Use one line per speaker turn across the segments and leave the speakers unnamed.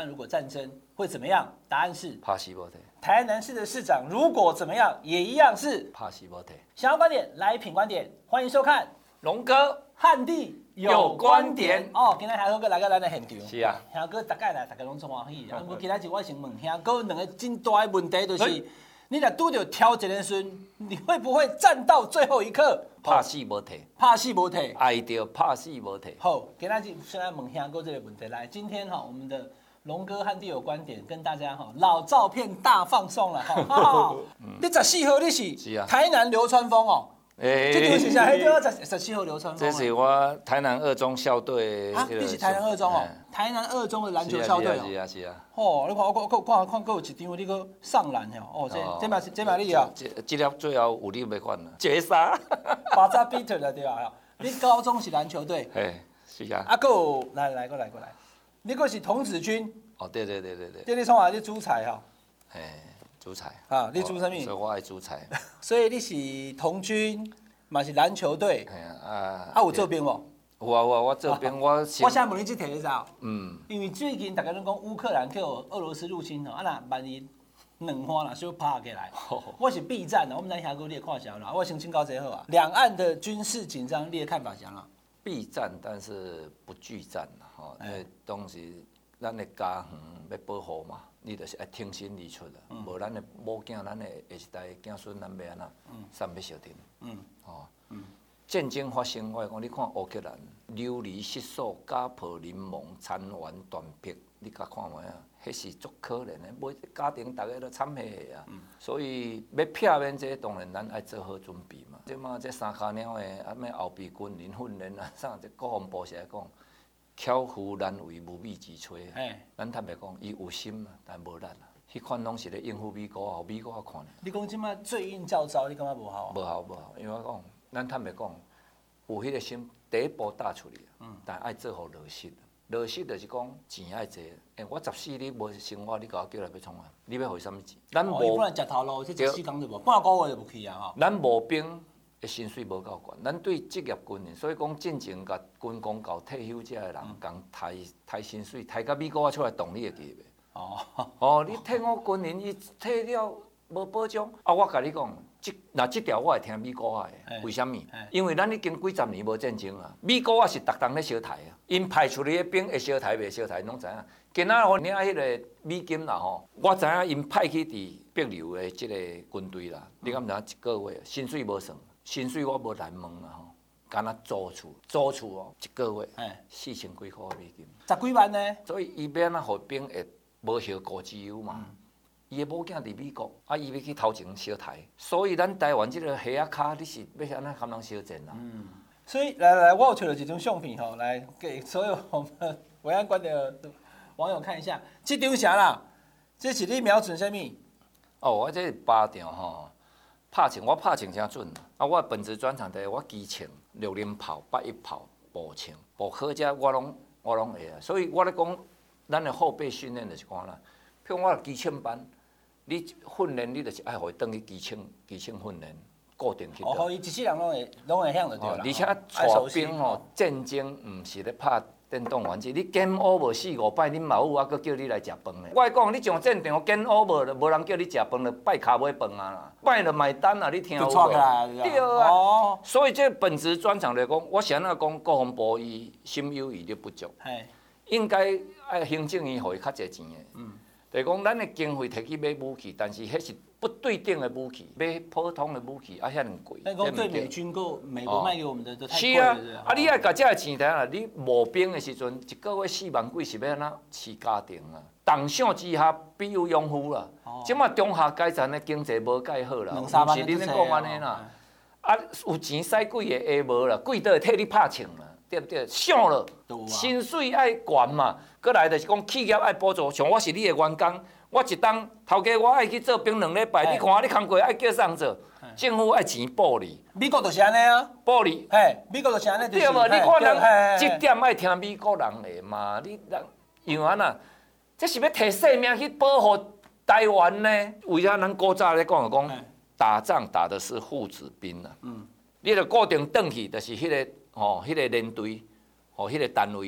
湾如果战争会怎么样？答案是
怕死无体。
台南市的市长如果怎么样，也一样是
怕死无体。
想要观点来品观点，欢迎收看
龙哥
汉帝有观点哦。今天还好哥来到咱的现场，
是啊，
兄哥大概来，大家拢足欢喜。不过今仔日我想问兄哥两个真大的问题，就是你若拄着挑一个孙，你会不会站到最后一刻？
怕死无体，
怕死无体，
爱着怕死无体。
好，今仔日先来问兄哥这个问题。来，今天我们的龙哥汉帝有观点，跟大家老照片大放送了哈。你14号你是台南流川枫哦。这就是啥？迄叫14号流川枫。
这是我台南二中校队
啊，你是台南二中哦，台南二中的篮球校队哦。
是啊是啊。
哦，你看我看，有一张你个上篮哦，这嘛你啊。
这粒最后有你要款啦，绝杀。
巴扎比特了对吧？你高中是篮球队。
嘿，是啊。
啊，够来过来，你个是童子军。
哦，对。
这你从哪里煮菜哈？
嘿。煮菜
啊，你煮什么？
所以我爱煮菜。
所以你是童军，嘛是篮球队。有做兵无？
有啊，我做兵，我
现在问你这题你知道？因为最近大家拢讲乌克兰去俄罗斯入侵啊，那万一两方啦小拍起来，我是避战的，我们咱兄哥你也看啥啦？我先请教一下好啊。两岸的军事紧张，你的看法是啥？
避战，但是不拒战啦，吼，因为当时咱的家园要保护嘛。你就是爱挺身而出啦，无咱的某囝，咱的下一代子孙，咱要安怎？三要小弟。战争发生，我讲你看乌克兰流离失所、家破人亡、残垣断壁，你甲看卖啊？迄是足可怜的，每家庭大家都惨下啊。所以要避免这，当然咱爱做好准备嘛。即马这三脚鸟的，咩后备军人训练啊，啥这国防部是来讲。巧妇难为无米之炊，咱坦白讲，伊有心啊，但无力啦。迄款拢是咧应付美国，美国看咧。
你讲即摆最应教招，你感觉无效？
无效，因为我讲，咱坦白讲，有迄个心，第一步踏出去，但爱做好落实。落实就是讲钱爱济，我14日无生活，你甲我叫来要创啊？你要回什么钱？咱
无。本来食头路，这14天就无，半个月就无去啊！
咱无兵。薪水无够悬，咱对职业军人，所以讲进前甲军工教退休者的人，讲抬薪水，抬到美国出来动你会记袂？你退伍军人，伊退了无保障。我甲你讲，这条我会听美国的，为什么？因为咱已经几十年无战争啊，美国是逐冬咧烧台啊，因派出去的兵会烧台袂烧台，拢知影。今仔我领迄个美金啦吼，我知影因派去伫北流的即个军队啦，你敢知影一个月薪水无算？薪水我无难问啦吼，敢若租厝哦，一个月4000几块美金
，10几万呢。
所以伊要安怎互兵会无效顾自由嘛？伊的某囝伫美国，伊要去头前烧台，所以咱台湾即个虾仔卡，你是要安怎含人烧钱啦？
所以来，我有找了几张相片吼，来给所有我们维安观的网友看一下。这张啥啦？这是你瞄准什么？
我这8张吼。我拍枪真准我本职专长的我机枪、6连炮、81炮、步枪、步科这我拢会啊。所以我咧讲，咱的后备训练就是讲啦，譬如我机枪班，你训练你就是爱互伊转去机枪训练，固定去。
伊一世人拢会晓就对啦。
而且带兵战争毋是咧拍。电动玩具，你 game over 4-5摆，恁嘛有搁叫你来食饭咧。我讲，你上战场 game over 了，无人叫你食饭了，拜卡买饭啊啦，拜了买单啊，你听有无？对啊。所以这本职专长来讲，我想要讲国防部伊心有余力不足，应该爱行政院互伊较侪钱的。就是讲，咱的经费摕去买武器，但是迄是不对等的武器，买普通的武器遐尼贵。
那讲对美军美国卖给我们的都太贵
了。是啊，你爱甲这个钱呾啦，你募兵的时阵，一个月4万几是要安怎饲家庭啊？同享之下必有勇夫啦。即马中下阶层的经济无介好啦，毋是恁咧讲安尼啦。有钱使贵的下无啦，贵倒会替你拍枪啦。对不对？上了，薪水爱悬嘛，过来就是讲企业爱补助。像我是你的员工，我一当头家我爱去做兵2礼拜，你看你工课爱叫啥做？政府爱钱补你。
美国就是安尼啊，
补你。
美国就是安尼。
对嘛？你看人这点爱听美国人的嘛？你人因为呐，这是要摕性命去保护台湾呢？为啥咱古早咧讲打仗打的是父子兵啊？你著固定转去，就是迄个。迄个连队，迄个单位，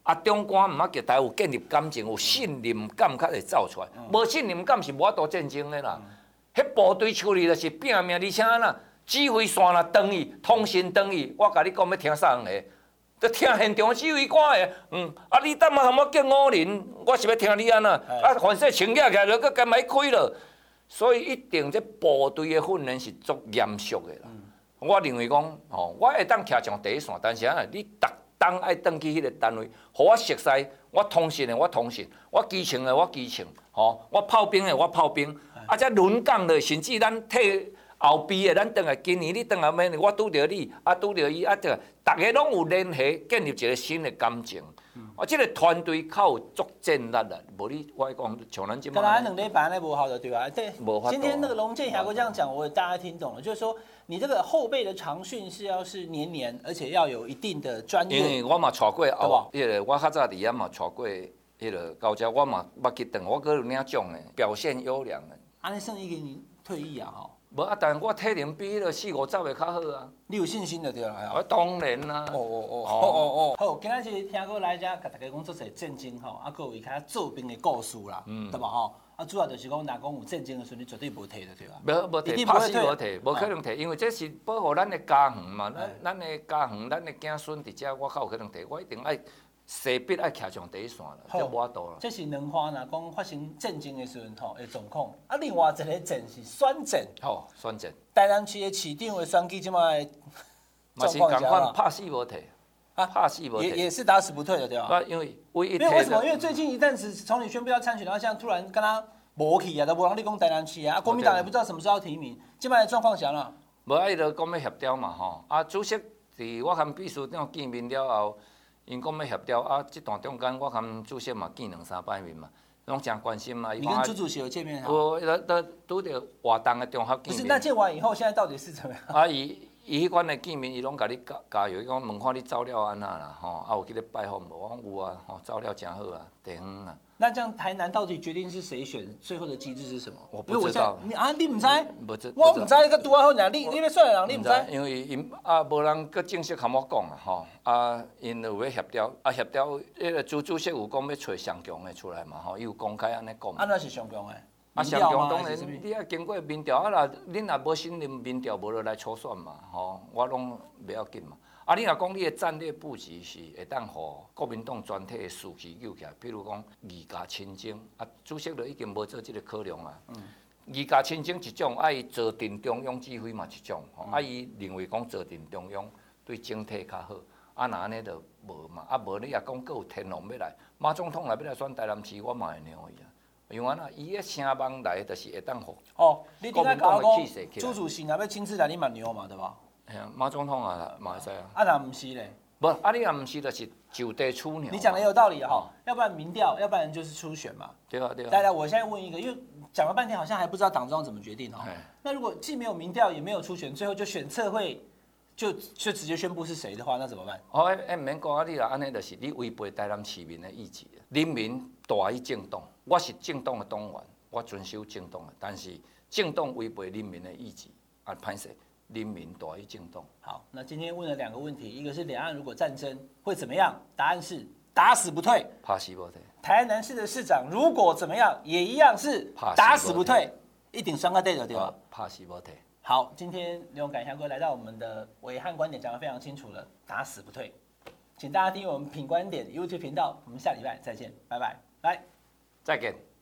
中间毋啊给台有建立感情，有信任感较会走出来。无信任感是无法度战争的啦。迄部队处理就是拼命，而且呐，指挥线啦断去，通信断去，我甲你讲要听啥个？要听现场指挥官的。你等下通我叫5人，我是要听你安那。凡说请假起来，佮干嘛开了？所以一定这部队的训练是足严肃的啦。我认为讲，我会当徛上第一线，但是你逐当爱登去迄个单位，互我熟悉，我通信的我通信，我基层的我基层，我炮兵的我炮兵，才轮岗的，甚至咱退后备的，咱倒来今年你倒来免，我拄着你，拄着伊，就大家拢有联系，建立一个新的感情。这个团队较有作战力啦，无你我讲像咱即马。
刚才2礼拜那无效的对吧？对。今天那个龙健霞哥这样讲，我大家听懂了，就是说你这个后备的长训是要是年，而且要有一定的专业。
因为我嘛带过后，迄个我较早伫遐嘛带过迄个高家，我嘛捌去当，我佫有领奖的，表现优良的。
安尼算已经退役啊吼。
无但我体能比迄个4、5十的较好啊。
你有信心就对啦。
当然啦。
好，今仔日听过来遮，甲大家讲做些战争吼，佫有伊较做兵的故事啦，对吧吼？主要就是讲，若讲有战争的时候，你绝对无退的对吧？
无退，拍死无退，无可能退，因为这是保护咱的家园嘛。咱的家园，咱的子孙伫遮，我较有可能退，我一定爱。势必爱徛上第一线啦，这无法度啦。
这是两花若讲发生战争的时阵吼的状况。另外一个阵是选战。
选战。
台南市的市长的选举即摆
嘛是共款，拍死无退。拍死无退。
也是打死不退的对吧？
因为为
什么？因为最近一阵子从你宣布要参选，然后现在突然跟他无去啊，都无人你讲台南市啊，国民党也不知道什么时候要提名，即摆的状况啥啦？
无伊就讲要协调嘛吼，主席伫我和秘书长见面了后。因讲要协调这段中间我和主席嘛见2、3摆面嘛，拢真关心嘛。
你跟朱主席有见面哈？
我拄着活动的中学见面。
不是，那见完以后，现在到底是怎么样？
伊迄款的见面，伊拢甲你加油，伊讲问看你走了安那啦，有去咧拜访无？我讲有啊，走了真好啊，地方啊。
那这样台南到底决定是谁选？最后的机制是什么？
我不知道。
你唔知？
我
唔知，个拄啊好尔，你要选的人，你唔知？
因为因无人佮正式甲我讲啊，因有要协调，协调，迄个主席有讲要找上强的出来嘛，伊有公开安尼讲。
那是上强的。
上强当然，你要经过民调恁若无信任民调，无就来初选嘛，我拢袂要紧嘛。你若讲你的战略布局是会当互国民党全体的士气救起来，比如讲二家亲征，主席就已经无做这个考量啊。二家亲征一种，伊坐定中央指挥嘛一种，伊认为讲坐定中央对整体较好，若安尼就无嘛，无你也讲佫有天龙要来，马总统来要来选台南市，我嘛会让伊啊。因为伊的声望来，就是会当互
你顶下讲朱主席若要亲自来，你嘛牛嘛，对吧？
马总统啊，嘛会使啊。
若唔是咧？
不，你若唔是，就是就地取鸟。
你讲的有道理哈，要不然民调，要不然就是初选嘛。
对啊。
来，我现在问一个，因为讲了半天，好像还不知道党中央怎么决定哦。那如果既没有民调，也没有初选，最后就选测会，就直接宣布是谁的话，那怎么办？
唔免讲你啦，安尼就是你违背台南市民的意志。人民大于政党，我是政党的党员，我遵守政党的，但是政党违背人民的意志，歹势。人民大于政党。
好，那今天问了2个问题，一个是两岸如果战争会怎么样？答案是打死不退。
拍死不退。
台南市的市长如果怎么样，也一样是打死不退，一定双个对的对吧？
拍死不退。
好，今天刘感香哥来到我们的暐瀚观点，讲得非常清楚了，打死不退。请大家订阅我们品观点 YouTube 频道，我们下礼拜再见，拜拜，来，
再见。